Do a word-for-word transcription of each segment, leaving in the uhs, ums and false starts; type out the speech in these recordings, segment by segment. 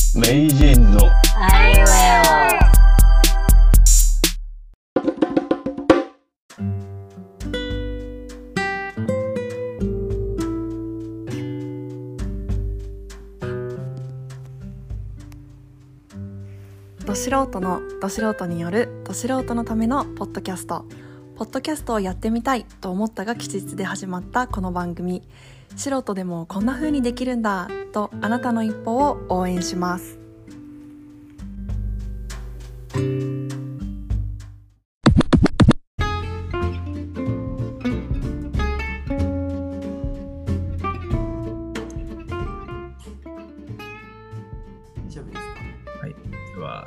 名人のあいうえお。ど素人のど素人によるど素人のためのポッドキャストポッドキャストをやってみたいと思ったが吉日で始まったこの番組、素人でもこんな風にできるんだとあなたの一歩を応援します。大丈夫ですか？ はい、では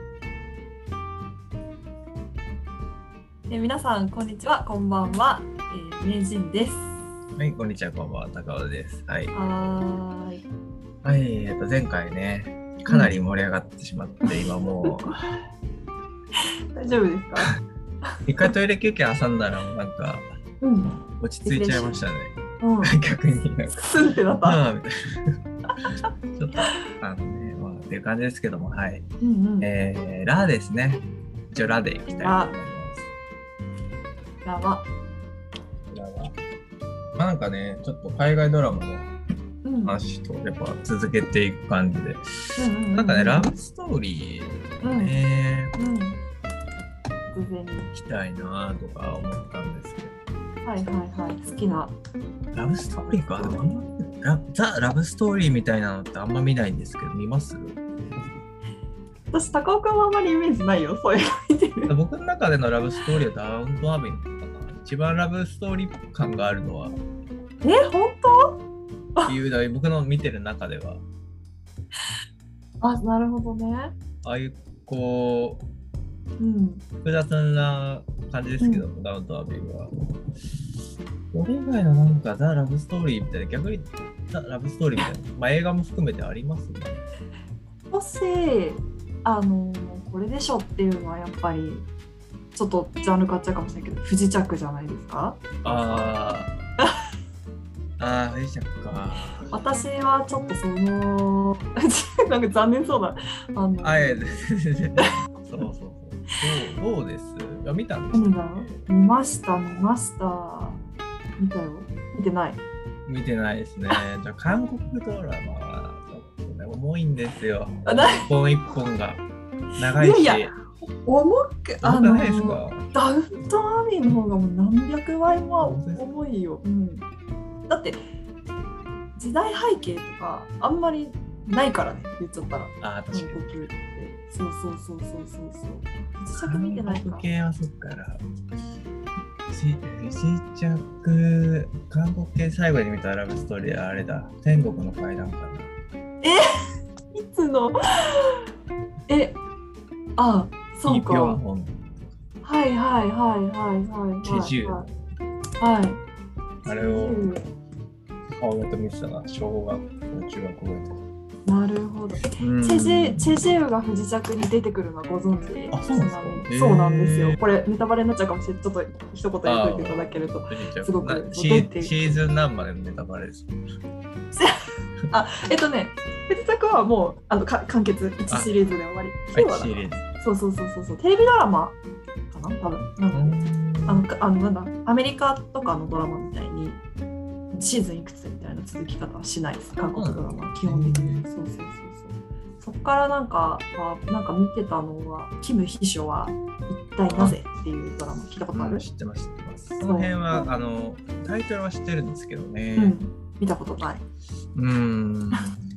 え皆さんこんにちは、こんばんは、えー、名人です。 はい、こんにちは、こんばんは、高尾です。はい。 はーい。 はい、えっと前回ね、かなり盛り上がってしまって、うん、今もう大丈夫ですか？ 一回トイレ休憩挟んだらもうなんか、うん、落ち着いちゃいましたね。うん、逆になんかスンってなった。 あみたいなちょっとあのね、まあっていう感じですけども、はい。うんうん、えー、ラですね。一応ラでいきたいと思います。 ラは。 ラは。まあなんかね、ちょっと海外ドラマの話とやっぱ続けていく感じで、うんうんうん、なんかね、ラブストーリーね、うんうん、行きたいなとか思ったんですけど。 はいはいはい、好きなラブストーリーか。でもラザ・ラブストーリーみたいなのってあんま見ないんですけど、見ます？ 私、高尾くんはあんまりイメージないよ、そういうの見てる。 僕の中でのラブストーリーはダウントンアビーかな。一番ラブストーリー感があるのは。 え、本当？ っていうの僕の見てる中では。 あ、なるほどね。 ああいうこう、うん、複雑な感じですけど、うん、ダウントンアビーは。これ以外のなんかザ・ラブストーリーみたいな、逆にザ・ラブストーリーみたいな、まあ映画も含めてありますね。 もし、あのこれでしょっていうのはやっぱりちょっとジャンル変わっちゃうかもしれないけど、不時着じゃないですか？ あああ不時着か。 私はちょっとそのなんか残念そうなあのあえそうそうそうどうどうです？いや見たんですか？見ました見ました見たよ。見てない。 見てないですね。じゃあ韓国ドラマはちょっとね重いんですよ。一本一本が長いし。いやいや重くあのないですか？ ダウントンアビーの方がもう何百倍も重いよ。うん、だって時代背景とかあんまりないからね、言っちゃったら。 あ確かに。 そうそうそうそうそうそう。実写見てないか。 韓国系はそっから。不時着、韓国系最後に見たラブストーリーはあれだ、天国の階段かな。 えいつのえあそうか。はいはいはいはいはいチェジュはい。 あれを母親と見てたな、小学校、中学校ぐらいとか。 なるほど。チェジェチェジェウが不時着に出てくるのはご存知？ あ、そうなんですか？ そうなんですよ。これネタバレになっちゃうかもしれない。ちょっと一言言っといていただけるとすごくシー、シーズン何までのネタバレですあ、えっとね、不時着はもうあのか完結いちシリーズで終わり。 いちシリーズ。 そうそうそうそうそう。テレビドラマかな多分。なんかあのあのなんだアメリカとかのドラマみたいにシーズンいくつみたいな続き方はしないです。韓国ドラマは基本的に。そうそうそうそう。そっからなんかなんか見てたのはキム秘書は一体なぜっていうドラマ聞いたことある？ 知ってます知ってます。その辺はあのタイトルは知ってるんですけどね。 うん、見たことない。 うーん。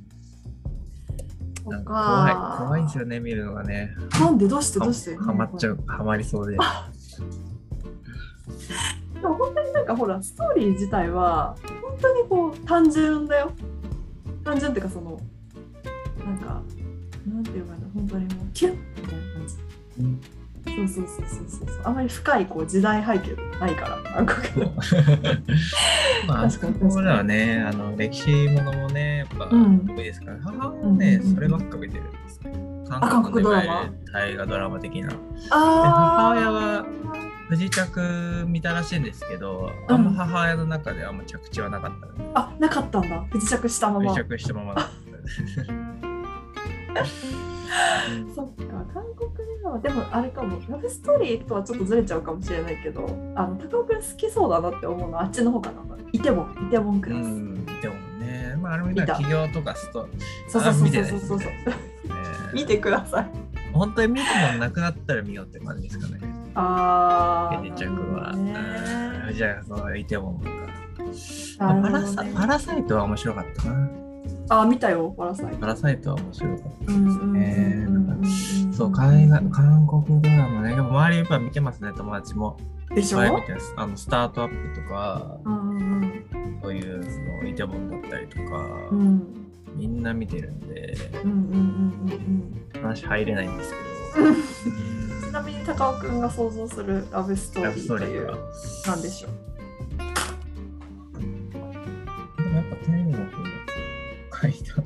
なんか怖い怖いんですよね見るのがね。 なんでどうしてどうして？ ハマっちゃうハマりそうで。 でも本当になんかほらストーリー自体は本当にこう単純だよ。単純っていうかそのなんかなんていうかな本当にもうキュッみたいな感じ。うん、そうそうそうそうそう。あまり深いこう時代背景ないから韓国の。 まあ、確かにここではねあの歴史ものもねやっぱ多いですから、うん、母はね、うん、そればっか見てるんですけど、 韓国ドラマ大河ドラマ的な。 あ母親は不時着見たらしいんですけど、あんま母親の中であんま着地はなかった、ね、 あ、なかったんだ。不時着したまま。 不時着したままだったそっか、韓国ドラマでもあれかも、ラブストーリーとはちょっとずれちゃうかもしれないけど、あの高尾くん好きそうだなって思うのはあっちの方かな。イテウォン、イテウォンクラス。うん、 でもね、まああれも今企業とかストそうそうそうそうそうそう。見てください。 本当に見るもんなくなったら見ようって感じですかね。 ああ。 ケニちゃんは。ね、じゃあ、そのイテウォンとか。 ね、 パラサ、パラサイトは面白かったな。 あ、見たよ、パラサイト。 パラサイトは面白かったですね。そう、海外、韓国ドラマね。でも周りやっぱ見てますね、友達も。 でしょ？ 見てます。あのスタートアップとか、うんうん、そういうのイテウォンだったりとか、うん、みんな見てるんで、うんうんうんうん、話入れないんですけど。 ちなみに高尾くんが想像するラブストーリーという何でしょう？ でもやっぱ天国の階段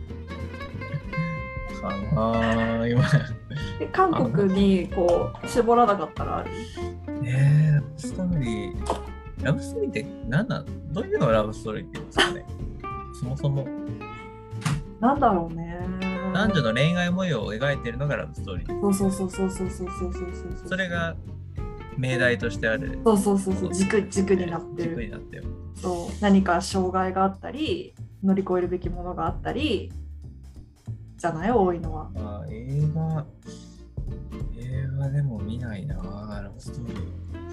かな今。 韓国にこう絞らなかったらある？ えー、ラブストーリー、ラブストーリーって何なの？どういうのがラブストーリーって言うんですかね？そもそも。 なんだろうね。 男女の恋愛模様を描いてるのがラブストーリー。 そうそうそうそうそうそうそうそうそう。 それが命題としてある。 そうそうそうそう、軸軸になってる。 軸になってる。 そう、何か障害があったり、乗り越えるべきものがあったりじゃない？多いのは。 あ、映画。映画でも見ないな、ラブストーリ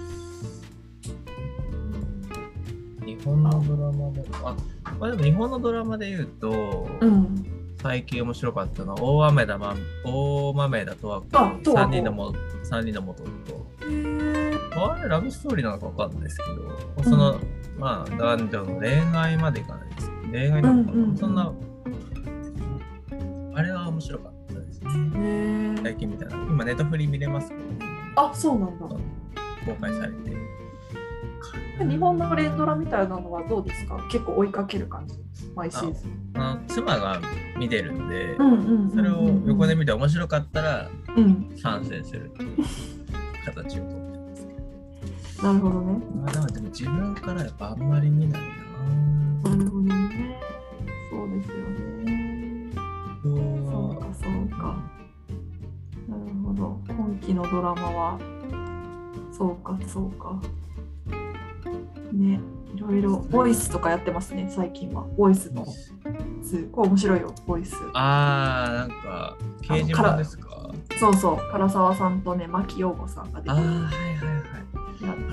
ー。日本のドラマで、あ、まあ、でも日本のドラマで言うと、うん、最近面白かったのは大豆田ま大豆田とは三人のも三人の元と、あれラブストーリーなのかわかんないですけど、その、うん、まあ男女の恋愛までいかないですけど、恋愛なのかな、うんうんうん、そんなあれは面白かったですね。最近見たら今ネットフリ見れますけど、 あ、そうなんだ。 公開されて。 日本の連ドラみたいなのはどうですか？結構追いかける感じ、毎シーズン。 ああ、妻が見てるんで、それを横で見て面白かったら参戦するっていう形をとってますけど。なるほどね。 まあ、でも自分からやっぱあんまり見ないな。なるほどね。そうですよね。そうかそうか。なるほど。今期のドラマはそうかそうか。ね、いろいろボイスとかやってますね、最近は。ボイスのすごい面白いよ、ボイス。 あー、なんか刑事もですか？ そうそう、唐沢さんとね、牧陽子さんが出てる。 あー、はいはいはい。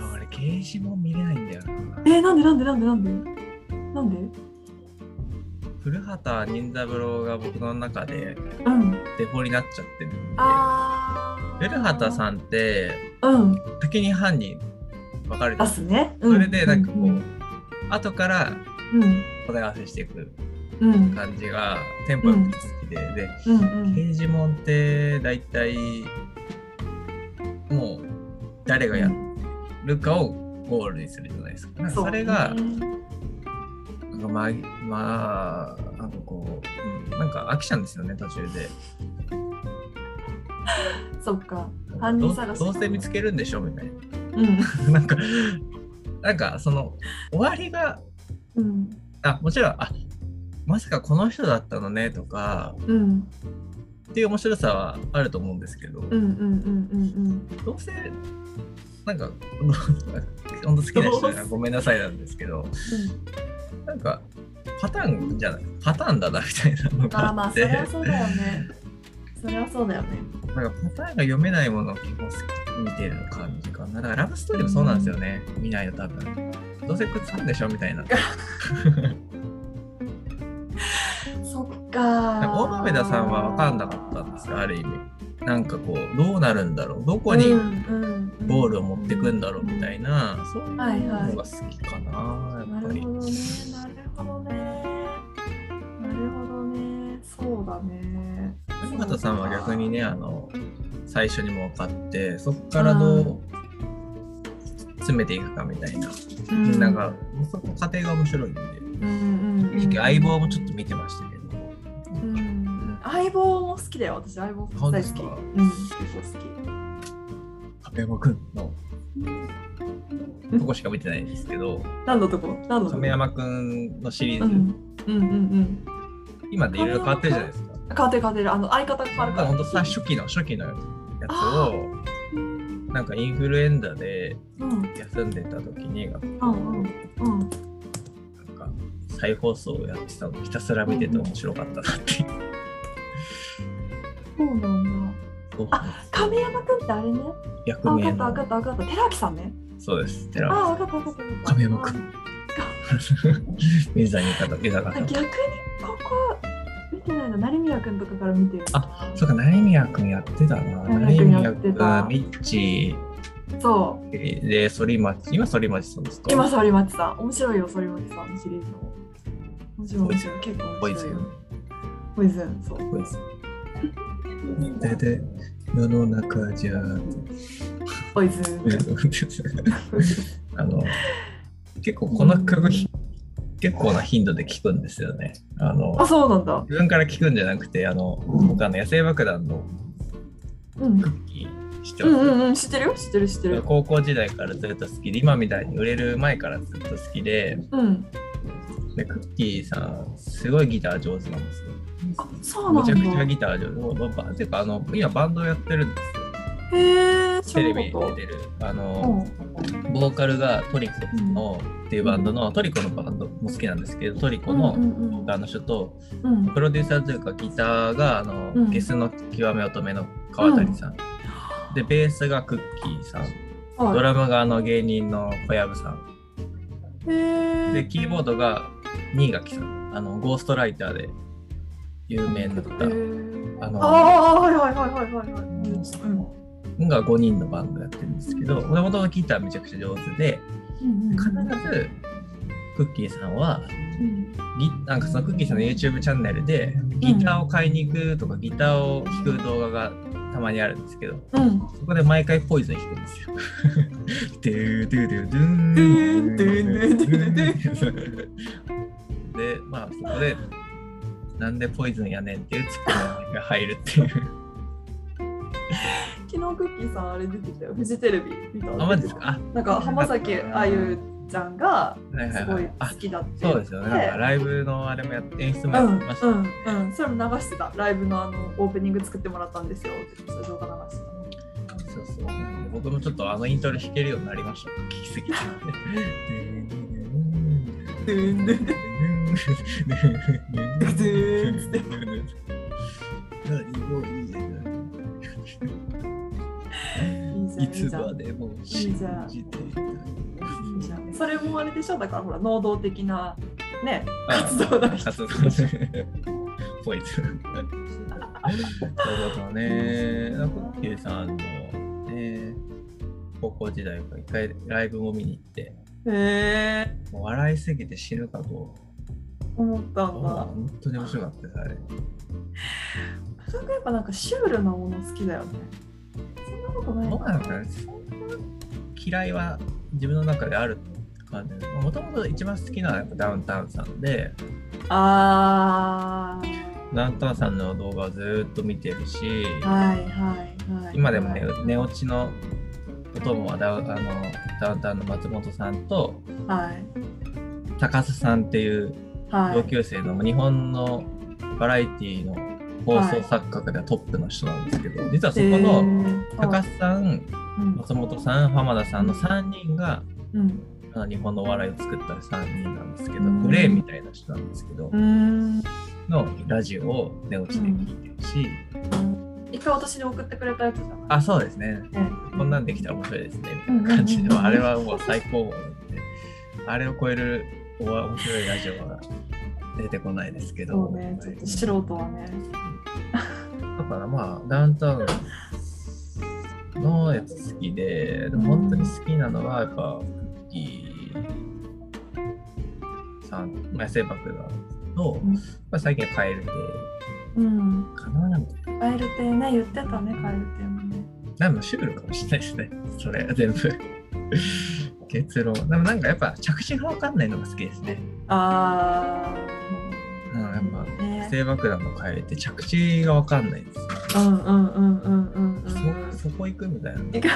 あ、俺刑事も見れないんだよな。 えー、なんでなんでなんでなんでなんで古畑任三郎が僕の中でデフォになっちゃってるんで、うん、あ古畑さんって、うん、先に犯人分かるんですね。それでなんかこう、うん、後から答え合わせしていく感じがテンポよく好きで、で、うんうん、刑事もんって大体もう誰がやるかをゴールにするじゃないですか。なんかそれが、なんかまあ、まあ、なんかこう、うん、なんか飽きちゃうんですよね、途中で。 そっか、犯人探し。 どうせ見つけるんでしょみたいな。うん、なんか、なんかその終わりが、うん、あ、もちろん、あ、まさかこの人だったのねとか、うん、っていう面白さはあると思うんですけど、どうせ、なんか、本当好きな人はごめんなさいなんですけど、うん、なんか、パターンじゃない、パターンだなみたいなのがあって。 あ、まあ、それはそうだよね。それはそうだよね。 なんかパターンが読めないものを基本見てる感じかな。だからラブストーリーもそうなんですよね。うん、見ないと多分。どうせくっつくんでしょみたいな。 そっか。 大豆田さんは分かんなかったんですよ、ある意味。なんかこう、どうなるんだろう、どこにボールを持ってくんだろうみたいな、うんうん、そういうのが好きかな、やっぱり。 なるほどね、なるほどね。なるほどね、そうだね。 古畑さんは逆にね、あの最初にも分かってそこからどう詰めていくかみたいな、うん、なんかそこ過程が面白いんで、うんうんうん、相棒もちょっと見てましたけど、 うんうん、相棒も好きだよ。私相棒大好き。うん、結構好き。 亀山くんのとこしか見てないんですけど、 何のとこ？何のとこ？ 亀山くんのシリーズ、うんうんうんうん、今でいろいろ変わってるじゃないですか。 変わってる変わってる。あの相方が変わるから。 ほんとさ、初期の初期のやつを、なんかインフルエンザで休んでた時に、うん、なんか再放送をやってたのをひたすら見てて面白かったなっていう。 そうなんだ。あ、亀山くんってあれね。 役名の。 あ、分かった分かった分かった。寺脇さんね。 そうです。寺脇さん。あ、分かった分かった。 亀山くん。水谷方、江坂さん。 逆にここ見てないの、成宮くんとかから見てる。 あ、そうか、成宮くんやってたな。成宮くん、ミッチー。 そう。 で、反町、今反町さんですか？ 今反町さん。面白いよ、反町さんのシリーズも。面白い面白い。結構面白いよ。ポイズン。そう。ポイズン。でで、世の中じゃ。 ポイズン。 あの、結構この曲、結構な頻度で聞くんですよね。あの、 あ、そうなんだ。 自分から聞くんじゃなくて、あの、僕あの野生爆弾のクッキー知ってます？ うんうんうん、知ってるよ、知ってる知ってる。 高校時代からずっと好きで、今みたいに売れる前からずっと好きで、 うん、 でクッキーさん、すごいギター上手なんですよ。 あ、そうなんだ。 めちゃくちゃギター上手。ていうか、あの、今バンドやってるんですよ。 へー、 テレビに出てる。あの、うん、ボーカルがトリコの、うん、っていうバンドの、トリコのバンドも好きなんですけど、トリコのボーカルの人と、うんうんうん、プロデューサーというかギターがあの、うん、ゲスの極め乙女の川谷さん、うん、でベースがクッキーさん、うん、ドラムがあの芸人の小籔さん、 へー、 でキーボードが新垣さん、あのゴーストライターで有名だった、 あのあーはいはいはいはいはいはい、 うん、がごにんのバンドやってるんですけど、もともとギターめちゃくちゃ上手で、必ずクッキーさんは、うん、ギなんかそのクッキーさんの YouTube チャンネルでギターを買いに行くとか、うん、ギターを弾く動画がたまにあるんですけど、うん、そこで毎回ポイズン弾くんですよ。ドゥドゥドゥドゥンドゥドゥドゥドゥで、まあそこでなんでポイズンやねんっていうツッコミが入るっていう。 昨日クッキーさんあれ出てきたよ、フジテレビ見た。 あ、マジですか？ なんか浜崎あゆちゃんがすごい好きだって、 はいはいはい、そうですよね。なんかライブのあれもやって演出もやってましたね。 うんうんうん、それも流してた。ライブのあのオープニング作ってもらったんですよってそれ動画流してた。 そうそう。僕もちょっとあのイントロ弾けるようになりました。聞きすぎて。いつまでも信じていたい。 それもあれでしょ、だからほら能動的なね活動の人。 ポイズン。そうだね。クッキーさんのね高校時代から一回ライブも見に行って、へー、もう笑いすぎて死ぬかと思ったんだ。 本当に面白かったですあれ。 やっぱなんかシュールなもの好きだよね。そんなことない。 僕なんか嫌いは自分の中である感じで、もともと一番好きなのはやっぱダウンタウンさんで、 あー、 ダウンタウンさんの動画をずっと見てるし、 はいはいはい、 今でもね、寝落ちのお供はダウ、あのダウンタウンの松本さんと、はい、高須さんっていう同級生の、はい、日本のバラエティの放送作家ではトップの人なんですけど、はい、実はそこの高須さん、えー、松本さん、浜田さんのさんにんが、うん、日本のお笑いを作ったさんにんなんですけど、ブレーンみたいな人なんですけど、のラジオを寝落ちで聞いてるし、うん、 一回私に送ってくれたやつじゃない？ あ、そうですね、うん、こんなんできたら面白いですねみたいな感じで、あれはもう最高峰なんで、あれを超える面白いラジオは出てこないですけど、 そうね、ちょっと素人はね。 だからまあダウンタウンのやつ好きで、でも本当に好きなのはやっぱクッキーさん、野生爆弾と、うん、まあ、最近はカエル亭、うん、かななんて。 カエル亭ね、言ってたね、カエル亭もね。 なんかシュールかもしれないですね、それ全部。結論。でもなんかやっぱ着地が分かんないのが好きですね。 ああ、うん、やっぱ野生爆弾のカエルって着地が分かんないです、ね。 うんうんうんうんうんうん。そ、そこ行くみたいな。野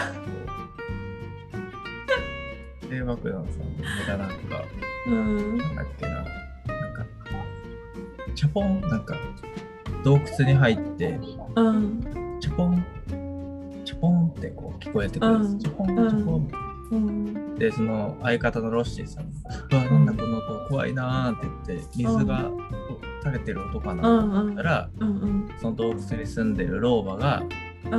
生爆弾さんのネタなんか、うん、なんだっけな、なんかチャポンなんか洞窟に入って、 うん、 チャポンチャポンってこう聞こえてくるんです、うん、チャポンチャポン、うん、でその相方のロッシーさんが「うわなんだこの音怖いな」って言って水が垂れてる音かなと思ったら、うんうん、その洞窟に住んでる老婆が、うん、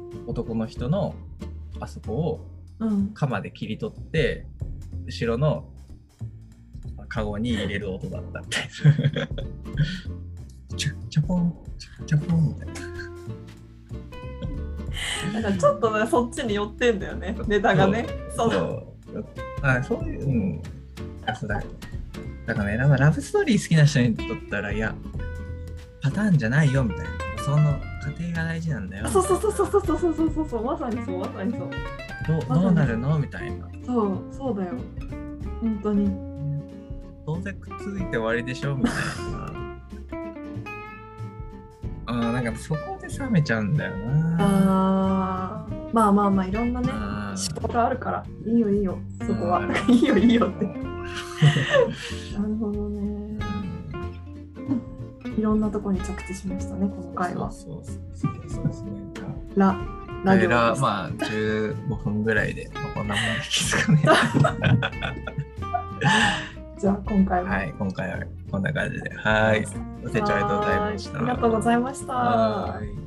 男の人のあそこを鎌で切り取って後ろのカゴに入れる音だったみたいなチャチャポンチャチャポンみたいな。なんかちょっとねそっちに寄ってんだよねネタがね。 そうそうあそういう、うん、そうだだからね、なんかラブストーリー好きな人にとったらいやパターンじゃないよみたいな、その過程が大事なんだよ。 そうそうそうそうそうそうそうそうそうまさにそうまさにそう。 どうどうなるのみたいな。 そうそうだよ本当に。 どうせくっついて終わりでしょみたいな。あーなんかそこで冷めちゃうんだよな。 あーまあまあまあいろんなね思考があるからいいよいいよそこはいいよいいよってなるほどね。いろんなところに着地しましたねこの回は。 そうそうそうそうですね。 ララジオラまあじゅうごふんぐらいで、まあ、こんなもんですかね。 じゃあ今回ははい今回はこんな感じではいご清聴ありがとうございました。 ありがとうございました。 はい。